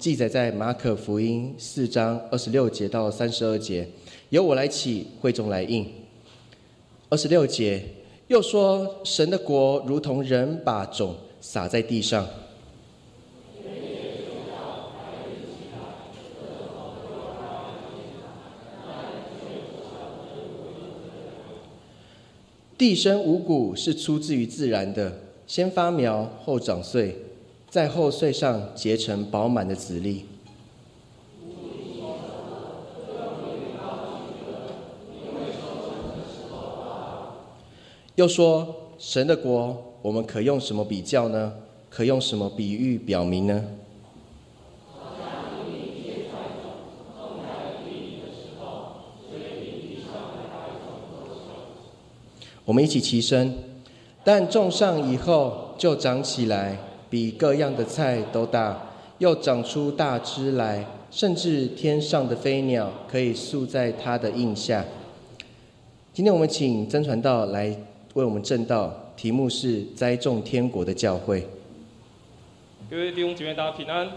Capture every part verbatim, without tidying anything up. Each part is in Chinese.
记载在马可福音四章二十六节到三十二节，由我来起，会众来应。二十六节又说，神的国如同人把种撒在地上，地生五谷是出自于自然的，先发苗，后长穗，在后穗上结成饱满的籽粒。又说，神的国，我们可用什么比较呢？可用什么比喻表明呢？我们一起齐声，但种上以后就长起来，比各样的菜都大，又长出大枝来，甚至天上的飞鸟可以宿在它的荫下。今天我们请曾传道来为我们证道，题目是栽种天国的教会。 各位弟兄姐妹，大家平安。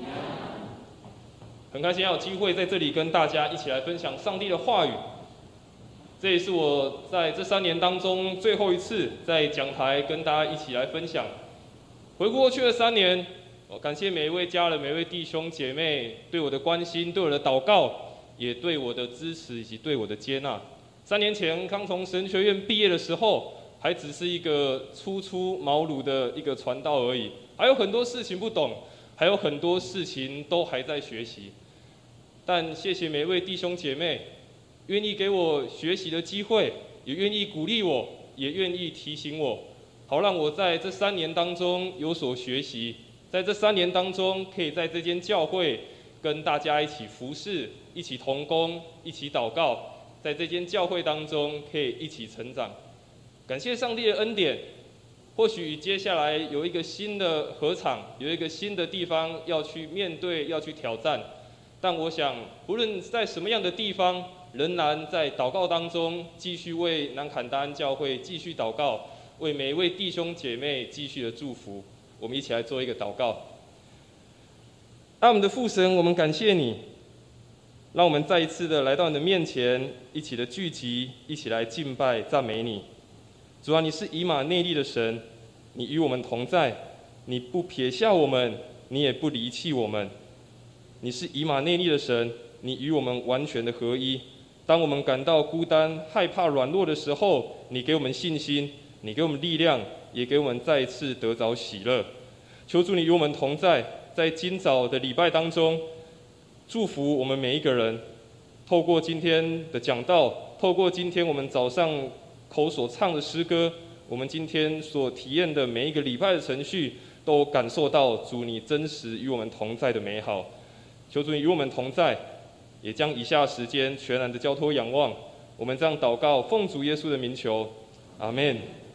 很开心要有机会在这里跟大家一起来分享上帝的话语。这也是我在这三年当中最后一次在讲台跟大家一起来分享。回顾过去的三年，我感谢每一位家人、每一位弟兄姐妹对我的关心、对我的祷告，也对我的支持以及对我的接纳。三年前刚从神学院毕业的时候，还只是一个初出茅庐的一个传道而已，还有很多事情不懂，还有很多事情都还在学习。但谢谢每一位弟兄姐妹，愿意给我学习的机会，也愿意鼓励我，也愿意提醒我，好让我在这三年当中有所学习，在这三年当中可以在这间教会跟大家一起服侍，一起同工，一起祷告，在这间教会当中可以一起成长。感谢上帝的恩典，或许接下来有一个新的禾场，有一个新的地方要去面对，要去挑战。但我想，不论在什么样的地方，仍然在祷告当中，继续为南坎大安教会继续祷告，为每一位弟兄姐妹继续的祝福。我们一起来做一个祷告。爱我们的父神，我们感谢你，让我们再一次的来到你的面前，一起的聚集，一起来敬拜赞美你。主啊，你是以马内利的神，你与我们同在，你不撇下我们，你也不离弃我们。你是以马内利的神，你与我们完全的合一。当我们感到孤单、害怕、软弱的时候，你给我们信心，你给我们力量，也给我们再一次得着喜乐。求主你与我们同在，在今早的礼拜当中，祝福我们每一个人。透过今天的讲道，透过今天我们早上口所唱的诗歌，我们今天所体验的每一个礼拜的程序，都感受到主你真实与我们同在的美好。求主你与我们同在，也将以下时间全然的交托仰望。我们这样祷告，奉主耶稣的名求，阿们。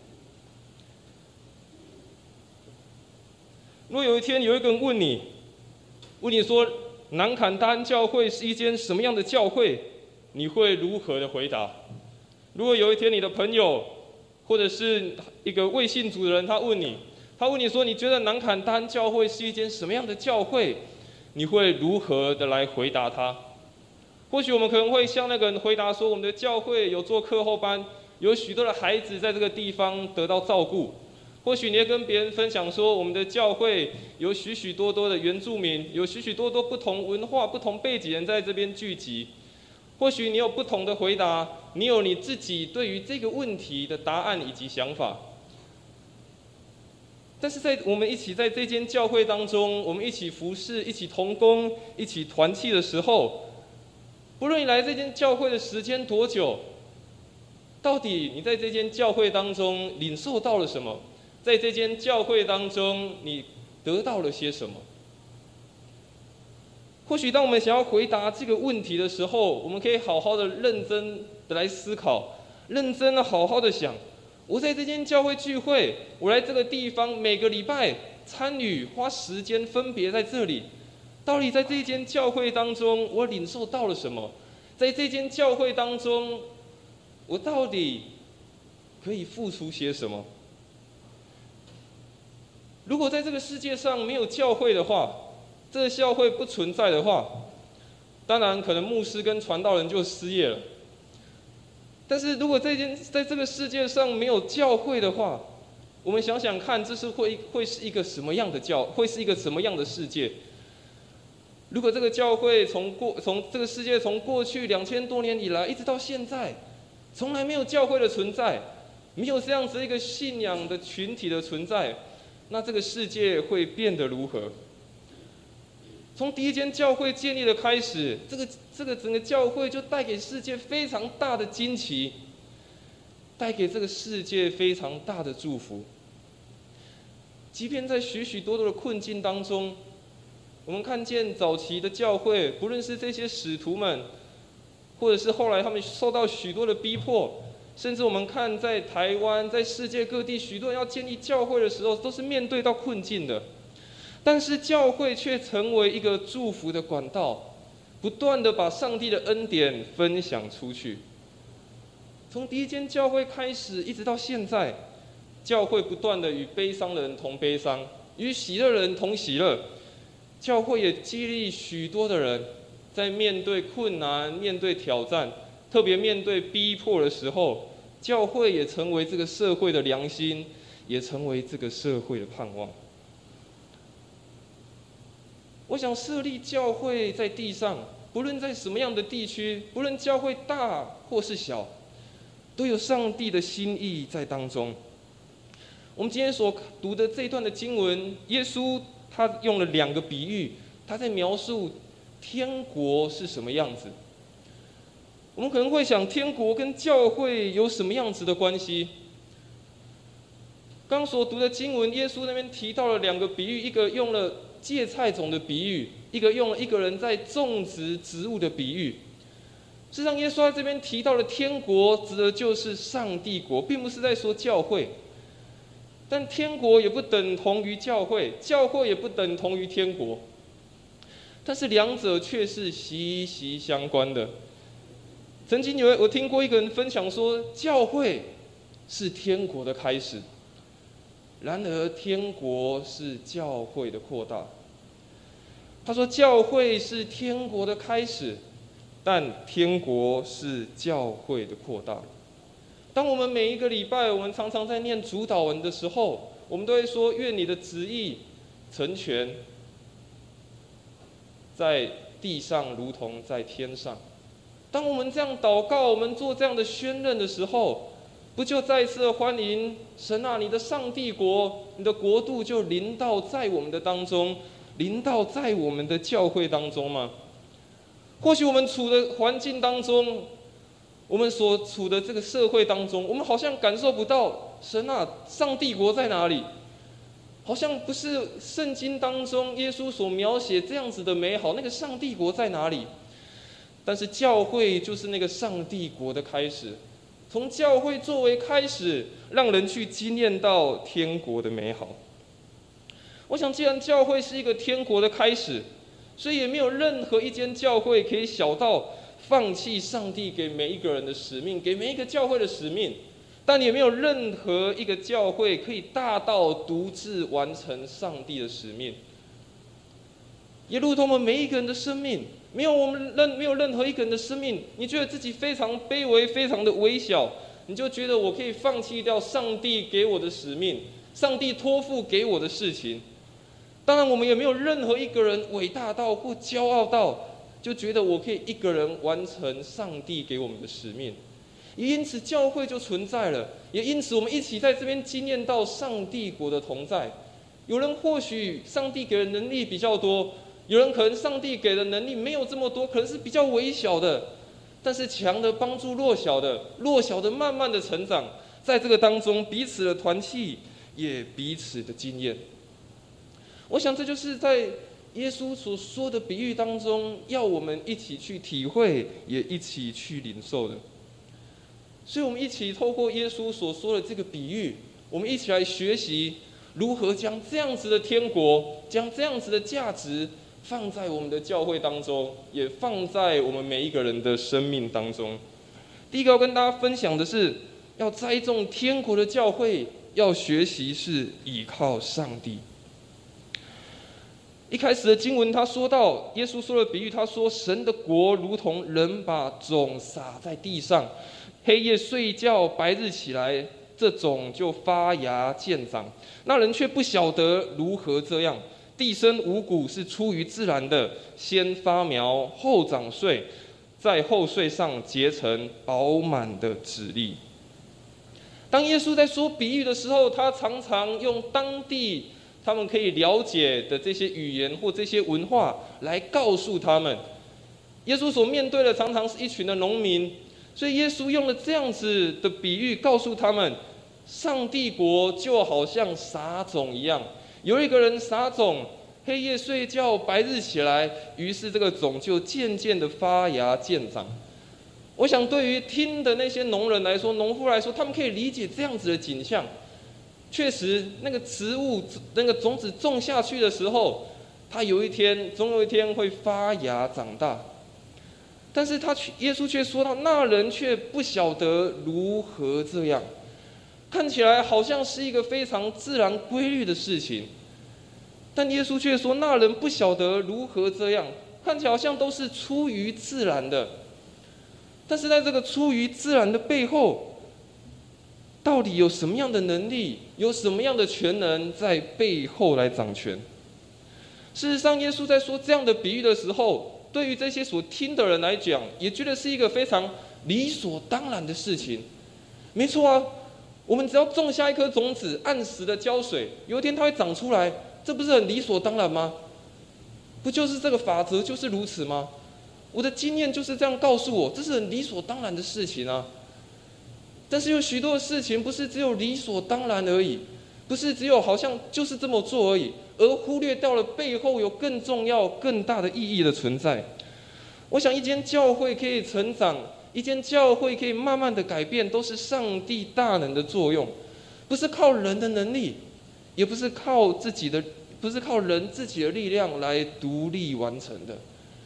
若有一天有一个人问你，问你说南坎大安教会是一间什么样的教会，你会如何的回答？如果有一天你的朋友或者是一个未信主的人，他问你，他问你说，你觉得南坎大安教会是一间什么样的教会？你会如何的来回答他？或许我们可能会像那个人回答说，我们的教会有做课后班，有许多的孩子在这个地方得到照顾。或许你也跟别人分享说，我们的教会有许许多多的原住民，有许许多多不同文化、不同背景人在这边聚集。或许你有不同的回答，你有你自己对于这个问题的答案以及想法。但是在我们一起在这间教会当中，我们一起服侍、一起同工、一起团契的时候，不论你来这间教会的时间多久，到底你在这间教会当中领受到了什么？在这间教会当中，你得到了些什么？或许当我们想要回答这个问题的时候，我们可以好好的、认真的来思考，认真的、好好的想。我在这间教会聚会，我来这个地方每个礼拜参与，花时间分别在这里。到底在这间教会当中，我领受到了什么？在这间教会当中，我到底可以付出些什么？如果在这个世界上没有教会的话， 这个教会不存在的话，当然可能牧师跟传道人就失业了。但是如果这件在这个世界上没有教会的话，我们想想看，这是会会是一个什么样的教，会是一个什么样的世界？如果这个教会从过从这个世界从过去两千多年以来一直到现在，从来没有教会的存在，没有这样子一个信仰的群体的存在，那这个世界会变得如何？从第一间教会建立的开始，这个这个整个教会就带给世界非常大的惊奇，带给这个世界非常大的祝福。即便在许许多多的困境当中，我们看见早期的教会，不论是这些使徒们，或者是后来他们受到许多的逼迫，甚至我们看在台湾，在世界各地，许多人要建立教会的时候，都是面对到困境的。但是教会却成为一个祝福的管道，不断的把上帝的恩典分享出去。从第一间教会开始，一直到现在，教会不断的与悲伤的人同悲伤，与喜乐的人同喜乐。教会也激励许多的人，在面对困难、面对挑战，特别面对逼迫的时候，教会也成为这个社会的良心，也成为这个社会的盼望。我想设立教会在地上，不论在什么样的地区，不论教会大或是小，都有上帝的心意在当中。我们今天所读的这一段的经文，耶稣他用了两个比喻，他在描述天国是什么样子。我们可能会想，天国跟教会有什么样子的关系？刚所读的经文，耶稣那边提到了两个比喻，一个用了芥菜种的比喻，一个用了一个人在种植植物的比喻。事实上，耶稣在这边提到的天国，指的就是上帝国，并不是在说教会。但天国也不等同于教会，教会也不等同于天国，但是两者却是息息相关的。曾经有我听过一个人分享说，教会是天国的开始，然而天国是教会的扩大。他说，教会是天国的开始，但天国是教会的扩大。当我们每一个礼拜，我们常常在念主祷文的时候，我们都会说，愿你的旨意成全，在地上如同在天上。当我们这样祷告，我们做这样的宣认的时候，不就再一次的欢迎神啊，你的上帝国，你的国度就临到在我们的当中，临到在我们的教会当中吗？或许我们处的环境当中，我们所处的这个社会当中，我们好像感受不到神啊，上帝国在哪里？好像不是圣经当中耶稣所描写这样子的美好，那个上帝国在哪里？但是教会就是那个上帝国的开始，从教会作为开始，让人去经验到天国的美好。我想，既然教会是一个天国的开始，所以也没有任何一间教会可以小到放弃上帝给每一个人的使命，给每一个教会的使命，但也没有任何一个教会可以大到独自完成上帝的使命。也如同我们每一个人的生命，没有我们任没有任何一个人的生命，你觉得自己非常卑微，非常的微小，你就觉得我可以放弃掉上帝给我的使命，上帝托付给我的事情。当然，我们也没有任何一个人伟大到或骄傲到，就觉得我可以一个人完成上帝给我们的使命。也因此，教会就存在了，也因此，我们一起在这边经验到上帝国的同在。有人或许上帝给的能力比较多，有人可能上帝给的能力没有这么多，可能是比较微小的，但是强的帮助弱小的，弱小的慢慢的成长，在这个当中彼此的团契，也彼此的经验。我想这就是在耶稣所说的比喻当中，要我们一起去体会，也一起去领受的。所以我们一起透过耶稣所说的这个比喻，我们一起来学习如何将这样子的天国，将这样子的价值放在我们的教会当中，也放在我们每一个人的生命当中。第一个要跟大家分享的是，要栽种天国的教会，要学习是倚靠上帝。 一开始的经文，他说到耶稣说的比喻，他说神的国如同人把种撒在地上，黑夜睡觉，白日起来，这种就发芽见长。那人却不晓得如何这样。地生五谷是出于自然的，先发苗，后长穗，在后穗上结成饱满的籽粒。当耶稣在说比喻的时候，他常常用当地他们可以了解的这些语言或这些文化来告诉他们。耶稣所面对的常常是一群的农民，所以耶稣用了这样子的比喻告诉他们，上帝国就好像撒种一样，有一个人撒种，黑夜睡觉，白日起来，于是这个种就渐渐的发芽见长。我想对于听的那些农人来说，农夫来说，他们可以理解这样子的景象。确实，那个植物那个种子种下去的时候，它有一天总有一天会发芽长大。但是他耶稣却说到，那人却不晓得如何这样，看起来好像是一个非常自然规律的事情，但耶稣却说，那人不晓得如何这样，看起来好像都是出于自然的。但是在这个出于自然的背后，到底有什么样的能力，有什么样的权能在背后来掌权？事实上，耶稣在说这样的比喻的时候，对于这些所听的人来讲，也觉得是一个非常理所当然的事情。没错啊，我们只要种下一颗种子，按时的浇水，有一天它会长出来，这不是很理所当然吗？不就是这个法则就是如此吗？我的经验就是这样告诉我，这是很理所当然的事情啊。但是有许多的事情不是只有理所当然而已，不是只有好像就是这么做而已，而忽略掉了背后有更重要、更大的意义的存在。我想，一间教会可以成长，一间教会可以慢慢的改变，都是上帝大能的作用，不是靠人的能力，也不是靠自己的，不是靠人自己的力量来独立完成的。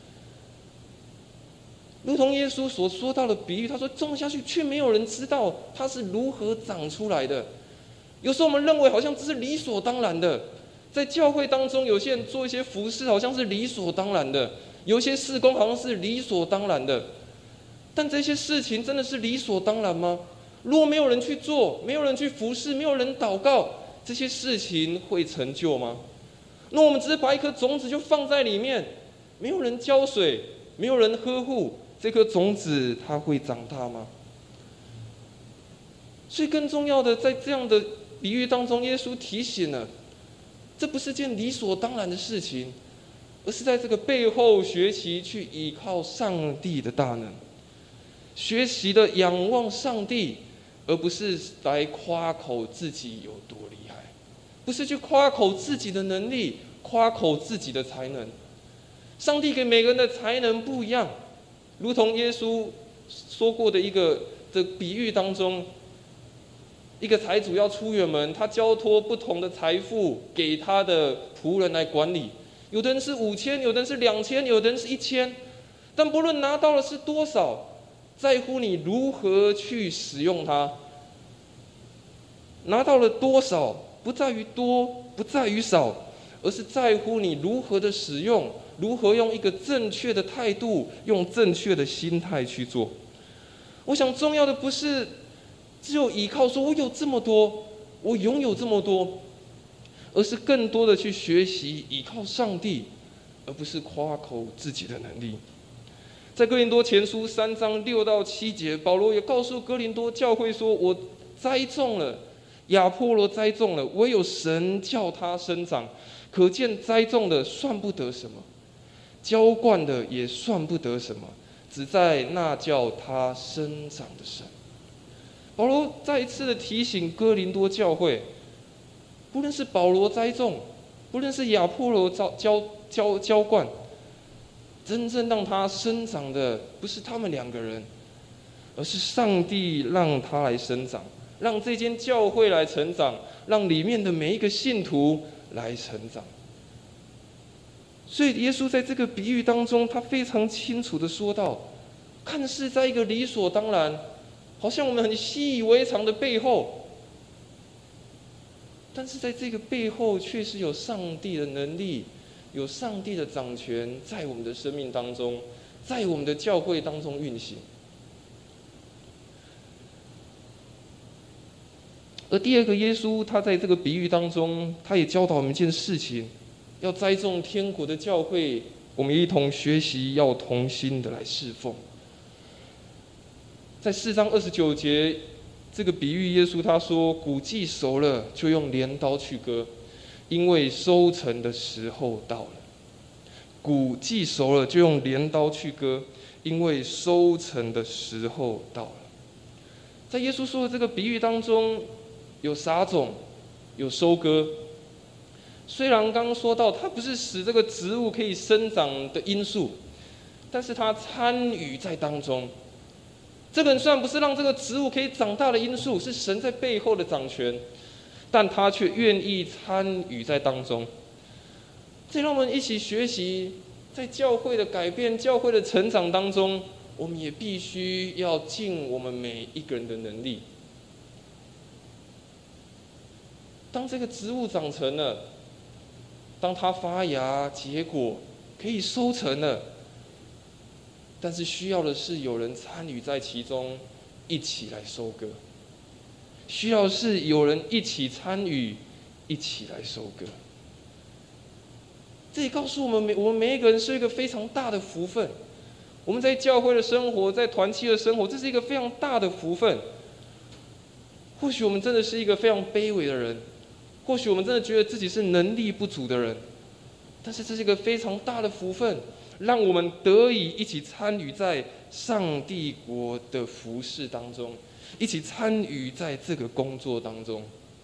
如同耶稣所说到的比喻，他说种下去却没有人知道它是如何长出来的。有时候我们认为好像这是理所当然的，在教会当中，有些人做一些服事好像是理所当然的，有些事工好像是理所当然的。但这些事情真的是理所当然吗？如果没有人去做，没有人去服事，没有人祷告，这些事情会成就吗？那我们只是把一颗种子就放在里面，没有人浇水，没有人呵护，这颗种子它会长大吗？所以更重要的，在这样的比喻当中，耶稣提醒了，这不是件理所当然的事情，而是在这个背后学习去依靠上帝的大能，学习的仰望上帝，而不是来夸口自己有多厉害，不是去夸口自己的能力，夸口自己的才能。上帝给每个人的才能不一样，如同耶稣说过的一个的比喻当中，一个财主要出远门，他交托不同的财富给他的仆人来管理，有的人是五千，有的人是两千，有的人是一千，但不论拿到的是多少，在乎你如何去使用它。拿到了多少，不在于多，不在于少，而是在乎你如何的使用，如何用一个正确的态度，用正确的心态去做。我想重要的不是只有依靠说我有这么多，我拥有这么多，而是更多的去学习依靠上帝，而不是夸口自己的能力。在哥林多前书三章六到七节，保罗也告诉哥林多教会说，我栽种了，亚波罗栽种了，唯有神叫他生长。可见栽种的算不得什么，浇灌的也算不得什么，只在那叫他生长的神。保罗再一次的提醒哥林多教会，不论是保罗栽种，不论是亚波罗浇浇浇浇灌，真正让他生长的不是他们两个人，而是上帝让他来生长，让这间教会来成长，让里面的每一个信徒来成长。所以耶稣在这个比喻当中，他非常清楚的说到，看似在一个理所当然，好像我们很习以为常的背后，但是在这个背后却是有上帝的能力， 有上帝的掌权在我们的生命当中，在我们的教会当中运行。而第二个，耶稣他在这个比喻当中，他也教导我们一件事情：要栽种天国的教会，我们一同学习，要同心的来侍奉。在四章二十九节，这个比喻，耶稣他说：“谷既熟了，就用镰刀去割，因为收成的时候到了。”谷既熟了，就用镰刀去割，因为收成的时候到了。在耶稣说的这个比喻当中，有撒种，有收割。虽然刚刚说到，它不是使这个植物可以生长的因素，但是它参与在当中。这个人虽然不是让这个植物可以长大的因素，是神在背后的掌权，但他却愿意参与在当中。这让我们一起学习，在教会的改变、教会的成长当中，我们也必须要尽我们每一个人的能力。当这个植物长成了，当它发芽结果，可以收成了，但是需要的是有人参与在其中，一起来收割。需要的是有人一起参与，一起来收割。这也告诉我们每我们每一个人是一个非常大的福分。我们在教会的生活，在团契的生活，这是一个非常大的福分。或许我们真的是一个非常卑微的人，或许我们真的觉得自己是能力不足的人，但是这是一个非常大的福分，让我们得以一起参与在上帝国的服事当中，一起参与在这个工作当中。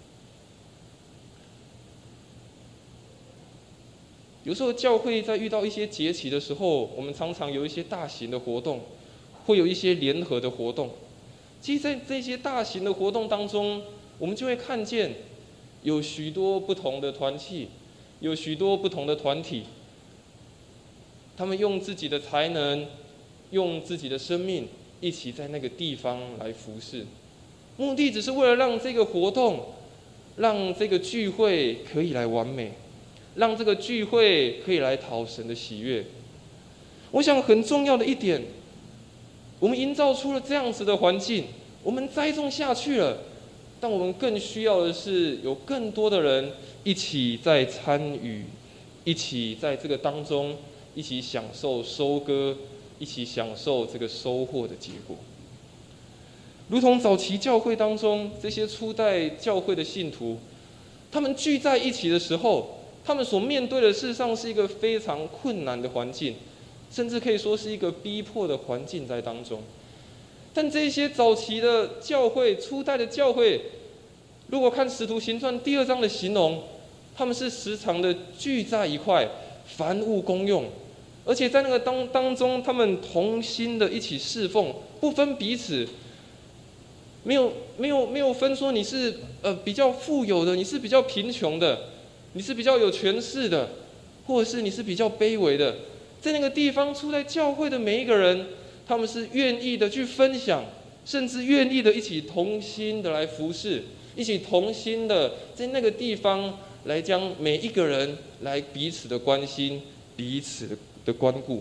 有时候教会在遇到一些节期的时候，我们常常有一些大型的活动，会有一些联合的活动。其实在这些大型的活动当中，我们就会看见有许多不同的团契，有许多不同的团体，他们用自己的才能，用自己的生命，一起在那个地方来服事，目的只是为了让这个活动，让这个聚会可以来完美，让这个聚会可以来讨神的喜悦。我想很重要的一点，我们营造出了这样子的环境，我们栽种下去了，但我们更需要的是有更多的人一起在参与，一起在这个当中一起享受收割，一起享受这个收获的结果。如同早期教会当中这些初代教会的信徒，他们聚在一起的时候，他们所面对的事实上是一个非常困难的环境，甚至可以说是一个逼迫的环境在当中。但这些早期的教会、初代的教会，如果看《使徒行传》第二章的形容，他们是时常的聚在一块，凡物公用，而且在那个当当中，他们同心的一起侍奉，不分彼此，没有没有没有分说你是呃比较富有的，你是比较贫穷的，你是比较有权势的，或者是你是比较卑微的。在那个地方出在教会的每一个人，他们是愿意的去分享，甚至愿意的一起同心的来服侍，一起同心的在那个地方来将每一个人来彼此的关心，彼此的关顾。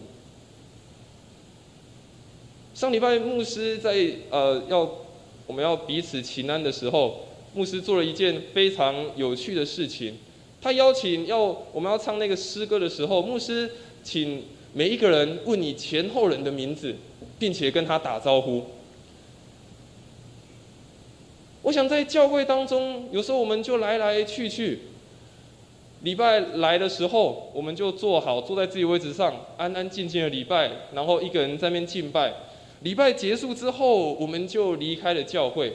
上礼拜牧师在呃要我们要彼此请安的时候，牧师做了一件非常有趣的事情。他邀请要我们要唱那个诗歌的时候，牧师请每一个人问你前后人的名字，并且跟他打招呼。我想在教会当中，有时候我们就来来去去。礼拜来的时候，我们就坐好，坐在自己位置上，安安静静的礼拜，然后一个人在那边敬拜。礼拜结束之后，我们就离开了教会。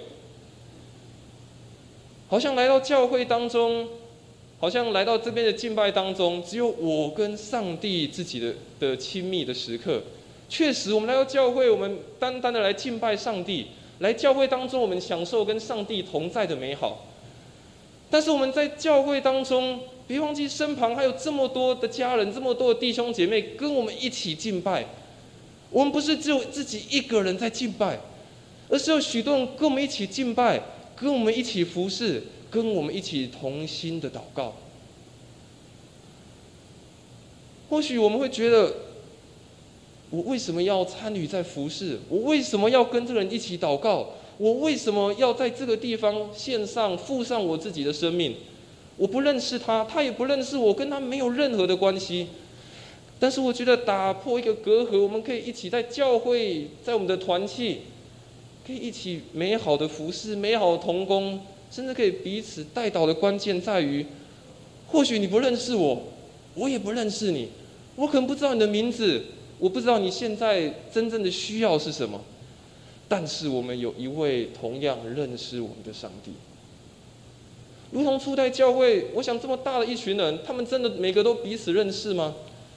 好像来到教会当中，好像来到这边的敬拜当中，只有我跟上帝自己的的亲密的时刻。确实，我们来到教会，我们单单的来敬拜上帝，来教会当中，我们享受跟上帝同在的美好。但是我们在教会当中，别忘记身旁还有这么多的家人，这么多的弟兄姐妹跟我们一起敬拜。我们不是只有自己一个人在敬拜，而是有许多人跟我们一起敬拜，跟我们一起服侍，跟我们一起同心的祷告。 或许我们会觉得，我为什么要参与在服事？我为什么要跟这个人一起祷告？我为什么要在这个地方献上、付上我自己的生命？我不认识他，他也不认识我，跟他没有任何的关系。但是我觉得打破一个隔阂，我们可以一起在教会，在我们的团契，可以一起美好的服事、美好的同工，甚至可以彼此代祷的关键在于，或许你不认识我，我也不认识你，我可能不知道你的名字，我不知道你现在真正的需要是什么，但是我们有一位同样认识我们的上帝。如同初代教会，我想这么大的一群人，他们真的每个都彼此认识吗？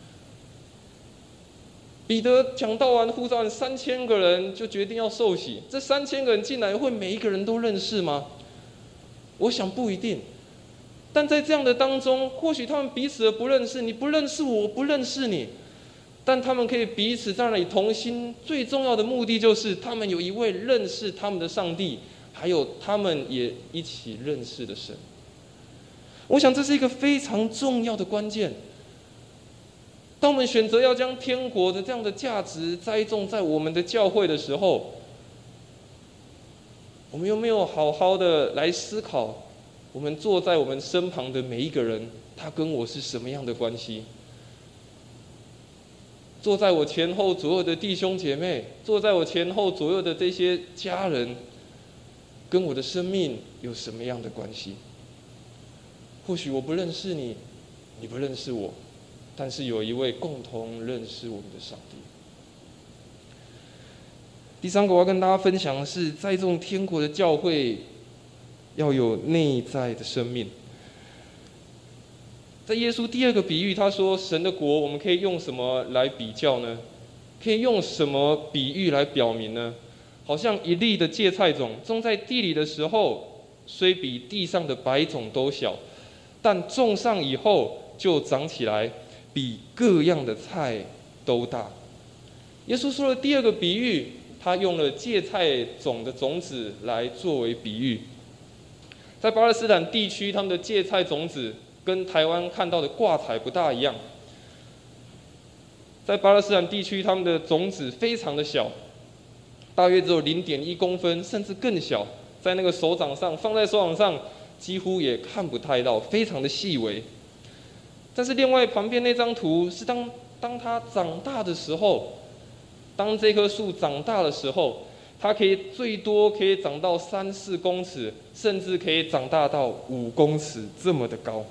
彼得讲道完呼召完三千个人，就决定要受洗。这三千个人进来，会每一个人都认识吗？我想不一定。但在这样的当中，或许他们彼此的不认识，你不认识我，我不认识你，但他们可以彼此在那里同心。最重要的目的就是，他们有一位认识他们的上帝，还有他们也一起认识的神。我想这是一个非常重要的关键。当我们选择要将天国的这样的价值栽种在我们的教会的时候，我们有没有好好的来思考，我们坐在我们身旁的每一个人，他跟我是什么样的关系？坐在我前后左右的弟兄姐妹，坐在我前后左右的这些家人，跟我的生命有什么样的关系？或许我不认识你，你不认识我，但是有一位共同认识我们的上帝。第三个我要跟大家分享的是，栽种天国的教会要有内在的生命。在耶稣第二个比喻，他说神的国我们可以用什么来比较呢？可以用什么比喻来表明呢？好像一粒的芥菜种种在地里的时候，虽比地上的白种都小，但种上以后就长起来，比各样的菜都大。耶稣说的第二个比喻，他用了芥菜种的种子来作为比喻。在巴勒斯坦地区，他们的芥菜种子跟台湾看到的挂彩不大一样。在巴勒斯坦地区，他们的种子非常的小，大约只有 零点一公分，甚至更小，在那个手掌上，放在手掌上几乎也看不太到，非常的细微。但是另外旁边那张图是当当它长大的时候，当这棵树长大的时候，它可以最多可以长到三四公尺，甚至可以长大到五公尺这么的高。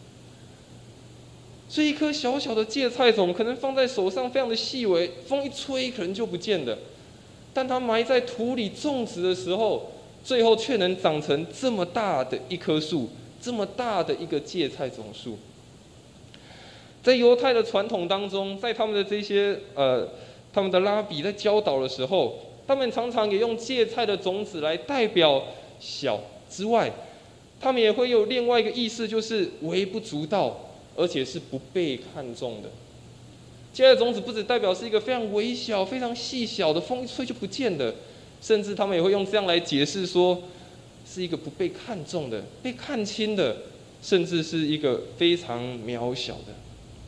所以一颗小小的芥菜种可能放在手上非常的细微，风一吹可能就不见了。但它埋在土里种植的时候，最后却能长成这么大的一棵树，这么大的一个芥菜种树。在犹太的传统当中，在他们的这些呃，他们的拉比在教导的时候，他们常常也用芥菜的种子来代表小之外，他们也会有另外一个意思，就是微不足道，而且是不被看重的。芥菜种子不只代表是一个非常微小、非常细小的，风一吹就不见的，甚至他们也会用这样来解释说，是一个不被看重的、被看轻的，甚至是一个非常渺小的。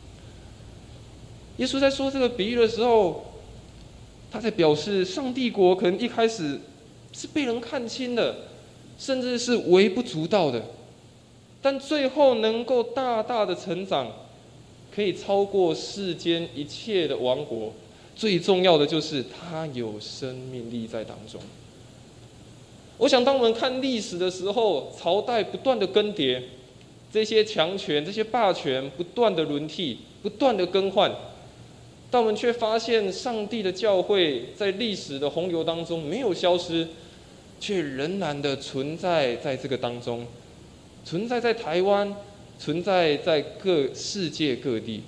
耶稣在说这个比喻的时候，他在表示上帝国可能一开始是被人看轻的，甚至是微不足道的，但最后能够大大的成长，可以超过世间一切的王国。最重要的就是它有生命力在当中。我想当我们看历史的时候，朝代不断的更迭，这些强权、这些霸权不断的轮替，不断的更换，但我们却发现上帝的教会在历史的洪流当中没有消失，却仍然的存在在这个当中，存在在台湾，存在在各世界各地。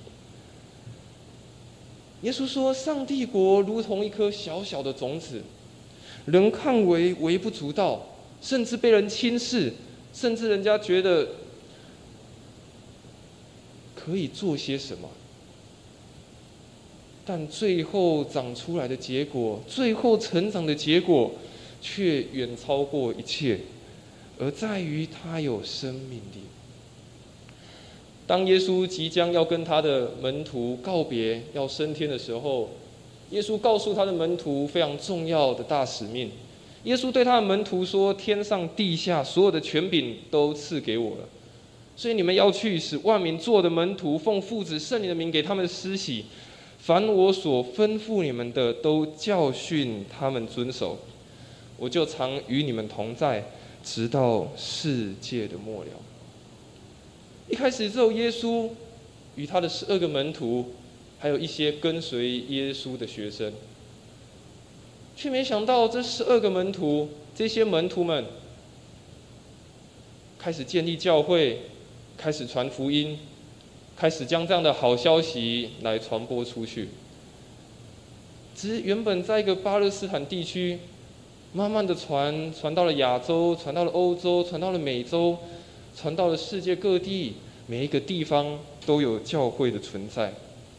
耶稣说，上帝国如同一颗小小的种子，人看为微不足道，甚至被人轻视，甚至人家觉得可以做些什么，但最后长出来的结果，最后成长的结果，却远超过一切，而在于它有生命力。 当耶稣即将要跟他的门徒告别，要升天的时候，耶稣告诉他的门徒非常重要的大使命。耶稣对他的门徒说：天上地下所有的权柄都赐给我了，所以你们要去，使万民做的门徒，奉父子圣灵的名给他们施洗，凡我所吩咐你们的，都教训他们遵守。我就常与你们同在，直到世界的末了。一开始只有耶稣与他的十二个门徒，还有一些跟随耶稣的学生，却没想到这十二个门徒，这些门徒们开始建立教会，开始传福音，开始将这样的好消息来传播出去。只是原本在一个巴勒斯坦地区，慢慢的传，传到了亚洲，传到了欧洲，传到了美洲，传到了世界各地，每一个地方都有教会的存在。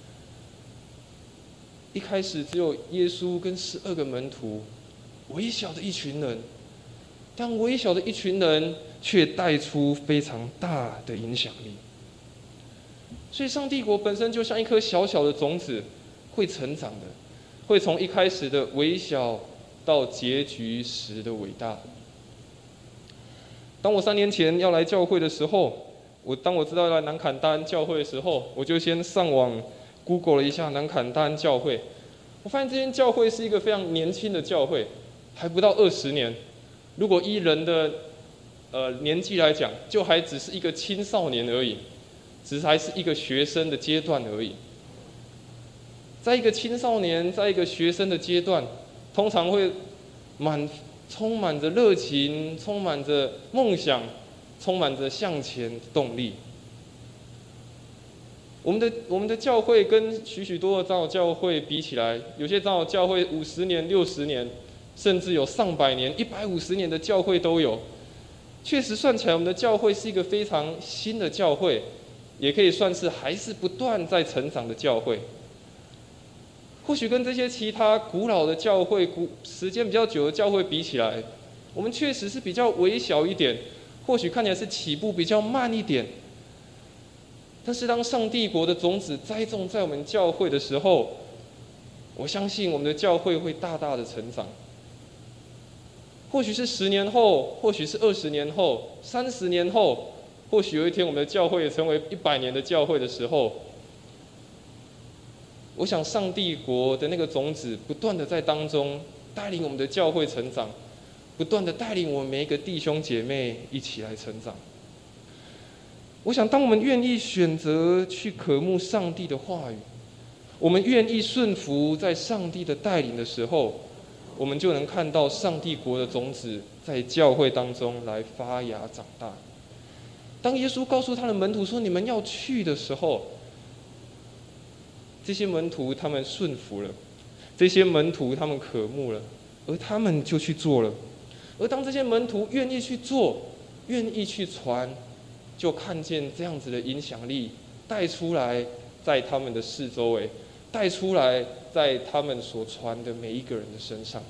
一开始只有耶稣跟十二个门徒，微小的一群人，但微小的一群人却带出非常大的影响力。所以上帝国本身就像一颗小小的种子，会成长的，会从一开始的微小到结局时的伟大。当我三年前要来教会的时候，我当我知道要来南坎大安教会的时候，我就先上网 Google 了一下南坎大安教会。我发现这间教会是一个非常年轻的教会，还不到二十年。如果依人的呃年纪来讲，就还只是一个青少年而已，只是还是一个学生的阶段而已。在一个青少年，在一个学生的阶段，通常会满充满着热情，充满着梦想，充满着向前的动力。我们的我们的教会跟许许多的长老教会比起来，有些长老教会五十年、六十年，甚至有上百年、一百五十年的教会都有。确实算起来，我们的教会是一个非常新的教会，也可以算是还是不断在成长的教会。或许跟这些其他古老的教会、古时间比较久的教会比起来，我们确实是比较微小一点，或许看起来是起步比较慢一点。但是当上帝国的种子栽种在我们教会的时候，我相信我们的教会会大大的成长。或许是十年后，或许是二十年后，三十年后，或许有一天我们的教会成为一百年的教会的时候，我想上帝国的那个种子不断的在当中带领我们的教会成长，不断的带领我们每一个弟兄姐妹一起来成长。我想当我们愿意选择去渴慕上帝的话语，我们愿意顺服在上帝的带领的时候，我们就能看到上帝国的种子在教会当中来发芽长大。当耶稣告诉他的门徒说你们要去的时候，这些门徒他们顺服了，这些门徒他们渴慕了，而他们就去做了。而当这些门徒愿意去做，愿意去传，就看见这样子的影响力带出来，在他们的四周围，带出来在他们所传的每一个人的身上。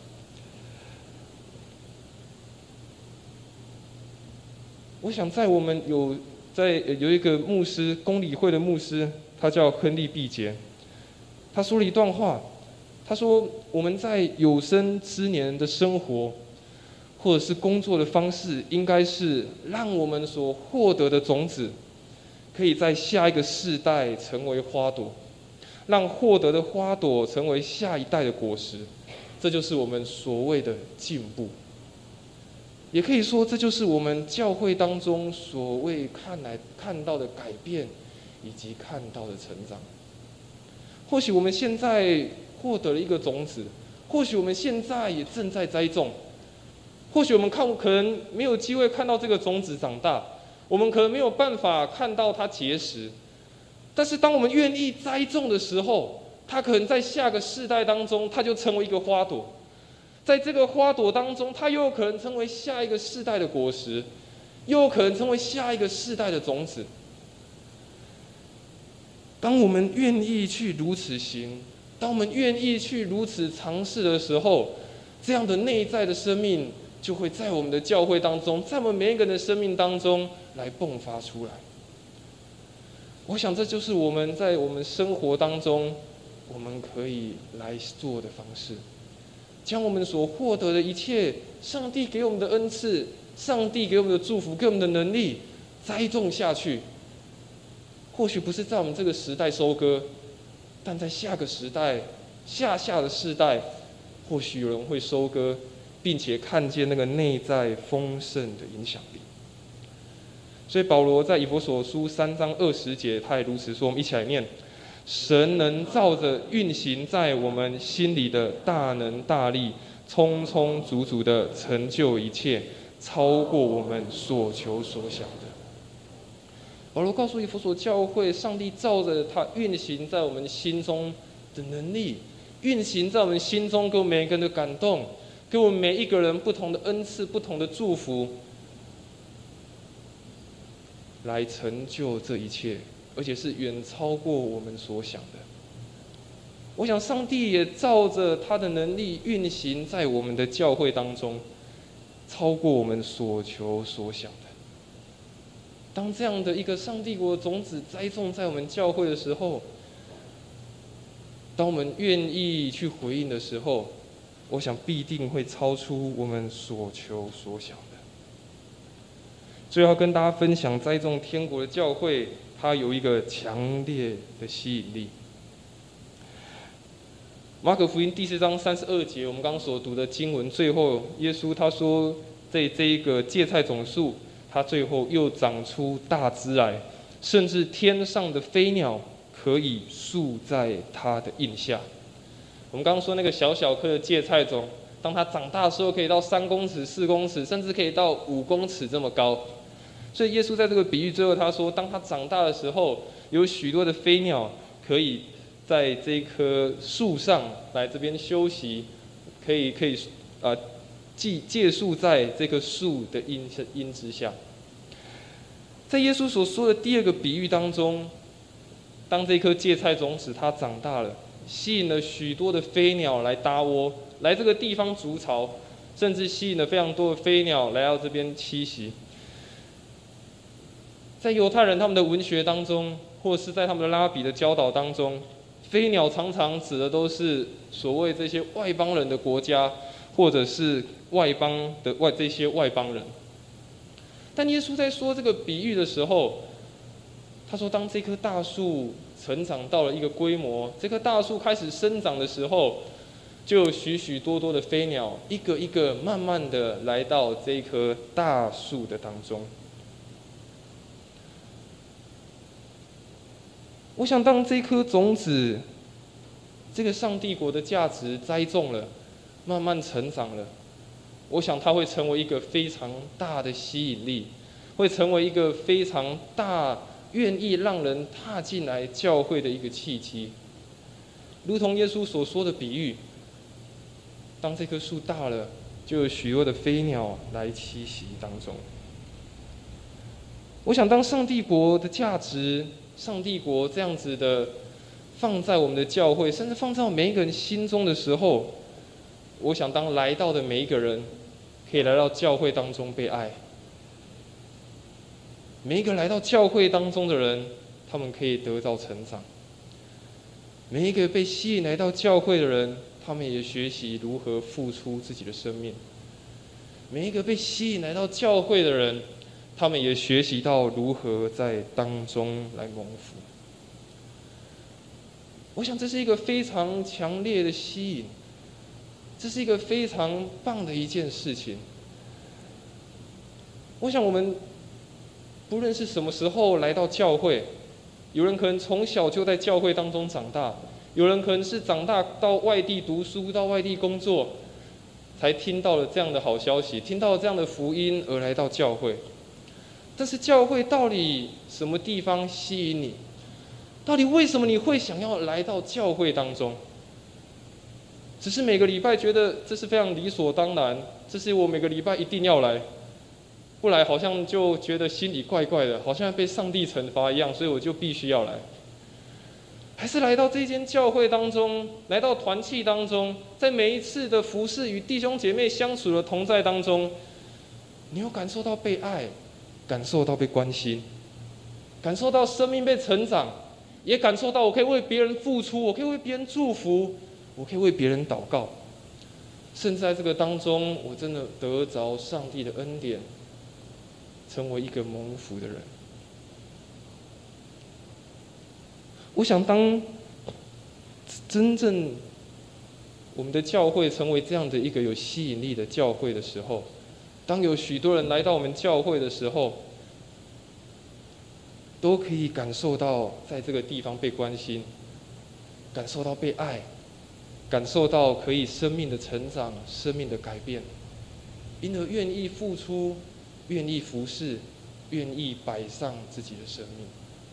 我想在我们有在有一个牧师，公理会的牧师，他叫亨利毕节，他说了一段话，他说我们在有生之年的生活或者是工作的方式，应该是让我们所获得的种子可以在下一个世代成为花朵，让获得的花朵成为下一代的果实，这就是我们所谓的进步。也可以说，这就是我们教会当中所谓看来看到的改变，以及看到的成长。或许我们现在获得了一个种子，或许我们现在也正在栽种，或许我们看可能没有机会看到这个种子长大，我们可能没有办法看到它结实。但是当我们愿意栽种的时候，它可能在下个世代当中，它就成为一个花朵。在这个花朵当中，它又有可能成为下一个世代的果实，又有可能成为下一个世代的种子。当我们愿意去如此行，当我们愿意去如此尝试的时候，这样的内在的生命就会在我们的教会当中，在我们每一个人的生命当中来迸发出来。 我想这就是我们在我们生活当中，我们可以来做的方式，将我们所获得的一切，上帝给我们的恩赐，上帝给我们的祝福，给我们的能力，栽种下去。或许不是在我们这个时代收割，但在下个时代、下下的世代，或许有人会收割，并且看见那个内在丰盛的影响力。所以保罗在以弗所书三章二十节，他也如此说。我们一起来念：神能照着运行在我们心里的大能大力，充充足足的成就一切，超过我们所求所想的。保罗告诉以弗所教会，上帝照着他运行在我们心中的能力，运行在我们心中，给我们每一个人的感动，给我们每一个人不同的恩赐、不同的祝福，来成就这一切，而且是远超过我们所想的。我想上帝也照着他的能力运行在我们的教会当中，超过我们所求所想的。当这样的一个上帝国的种子栽种在我们教会的时候，当我们愿意去回应的时候，我想必定会超出我们所求所想的。最后跟大家分享，栽种天国的教会，它有一个强烈的吸引力。马可福音第四章三十二节，我们刚刚所读的经文，最后耶稣他说，在这一个芥菜种树，它最后又长出大枝来，甚至天上的飞鸟可以宿在它的荫下。我们刚刚说那个小小颗的芥菜种，当它长大的时候，可以到三公尺、四公尺，甚至可以到五公尺这么高。所以耶稣在这个比喻最后他说，当它长大的时候，有许多的飞鸟可以在这棵树上来这边休息，可以可以啊。呃寄借宿在这棵树的荫荫之下。在耶稣所说的第二个比喻当中，当这颗芥菜种子它长大了，吸引了许多的飞鸟来搭窝，来这个地方筑巢，甚至吸引了非常多的飞鸟来到这边栖息。在犹太人他们的文学当中，或是在他们的拉比的教导当中，飞鸟常常指的都是所谓这些外邦人的国家，或者是外邦的外这些外邦人。但耶稣在说这个比喻的时候，他说，当这棵大树成长到了一个规模，这棵大树开始生长的时候，就有许许多多的飞鸟，一个一个慢慢的来到这棵大树的当中。我想，当这颗种子，这个上帝国的价值栽种了，慢慢成长了，我想它会成为一个非常大的吸引力，会成为一个非常大愿意让人踏进来教会的一个契机。如同耶稣所说的比喻，当这棵树大了，就有许多的飞鸟来栖息当中。我想，当上帝国的价值，上帝国这样子的放在我们的教会，甚至放在每一个人心中的时候，我想当来到的每一个人可以来到教会当中被爱，每一个来到教会当中的人，他们可以得到成长，每一个被吸引来到教会的人，他们也学习如何付出自己的生命，每一个被吸引来到教会的人，他们也学习到如何在当中来蒙福。我想这是一个非常强烈的吸引，这是一个非常棒的一件事情。我想我们不论是什么时候来到教会，有人可能从小就在教会当中长大，有人可能是长大到外地读书，到外地工作，才听到了这样的好消息，听到了这样的福音而来到教会。但是教会到底什么地方吸引你？到底为什么你会想要来到教会当中？只是每个礼拜觉得这是非常理所当然，这是我每个礼拜一定要来，不来好像就觉得心里怪怪的，好像被上帝惩罚一样，所以我就必须要来。还是来到这间教会当中，来到团契当中，在每一次的服事与弟兄姐妹相处的同在当中，你有感受到被爱，感受到被关心。 感受到生命被成长，也感受到我可以为别人付出，我可以为别人祝福，我可以为别人祷告。甚至在这个当中，我真的得着上帝的恩典，成为一个蒙福的人。我想，当真正我们的教会成为这样的一个有吸引力的教会的时候，当有许多人来到我们教会的时候，都可以感受到在这个地方被关心，感受到被爱，感受到可以生命的成长、生命的改变，因而愿意付出、愿意服侍、愿意摆上自己的生命。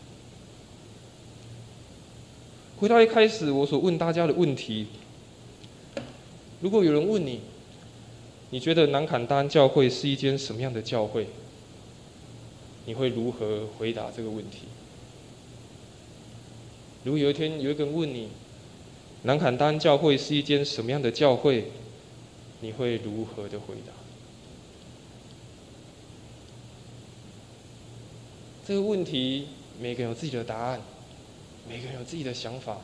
回到一开始我所问大家的问题，如果有人问你，你觉得南坎大安教会是一间什么样的教会？你会如何回答这个问题？如果有一天有一个人问你，南坎大安教会是一间什么样的教会？你会如何的回答？这个问题，每个人有自己的答案，每个人有自己的想法。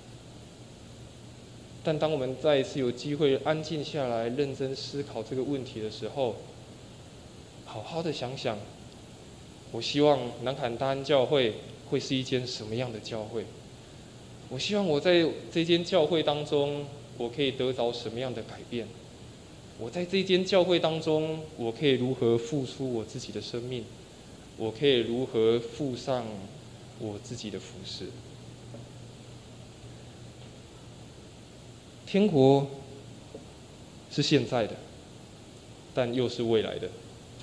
但当我们再一次有机会安静下来，认真思考这个问题的时候，好好的想想，我希望南坎大安教会会是一间什么样的教会？我希望我在这间教会当中，我可以得着什么样的改变？我在这间教会当中，我可以如何付出我自己的生命？我可以如何付上我自己的服事？天国是现在的，但又是未来的。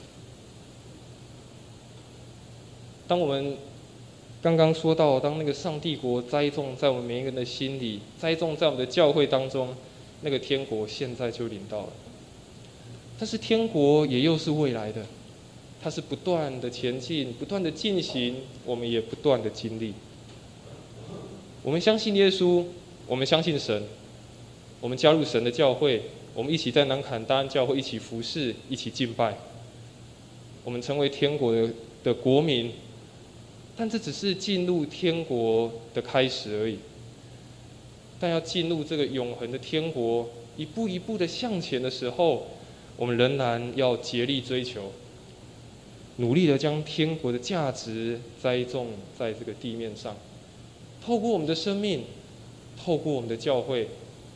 当我们刚刚说到，当那个上帝国栽种在我们每一个人的心里，栽种在我们的教会当中，那个天国现在就临到了。但是天国也又是未来的，它是不断的前进，不断的进行，我们也不断的经历。我们相信耶稣，我们相信神，我们加入神的教会，我们一起在南坎大安教会一起服侍，一起敬拜，我们成为天国的的国民。但这只是进入天国的开始而已。但要进入这个永恒的天国，一步一步的向前的时候，我们仍然要竭力追求，努力的将天国的价值栽种在这个地面上，透过我们的生命，透过我们的教会，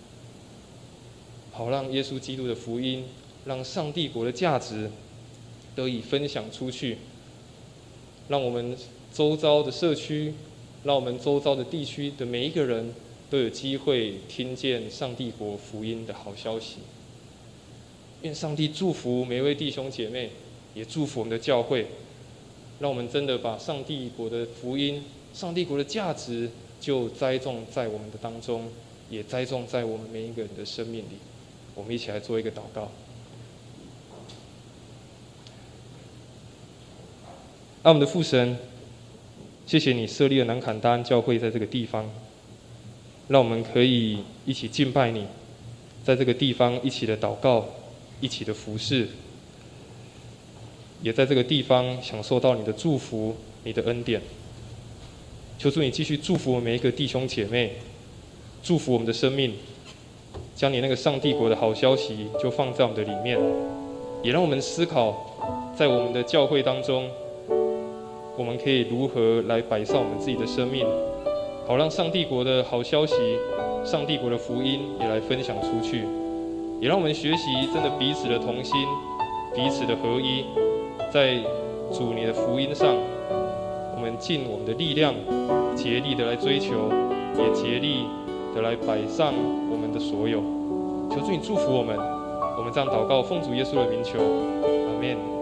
好让耶稣基督的福音，让上帝国的价值得以分享出去，让我们周遭的社区，让我们周遭的地区的每一个人都有机会听见上帝国福音的好消息。愿上帝祝福每一位弟兄姐妹，也祝福我们的教会，让我们真的把上帝国的福音、上帝国的价值就栽种在我们的当中，也栽种在我们每一个人的生命里。我们一起来做一个祷告。爱我们的父神，谢谢你设立了南坎大安教会在这个地方，让我们可以一起敬拜你，在这个地方一起的祷告，一起的服侍，也在这个地方享受到你的祝福、你的恩典。求主你继续祝福我们每一个弟兄姐妹，祝福我们的生命，将你那个上帝国的好消息就放在我们的里面，也让我们思考，在我们的教会当中，我们可以如何来摆上我们自己的生命，好让上帝国的好消息、上帝国的福音也来分享出去，也让我们学习真的彼此的同心、彼此的合一，在主你的福音上，我们尽我们的力量，竭力的来追求，也竭力的来摆上我们的所有。求主你祝福我们，我们这样祷告，奉主耶稣的名求，阿们。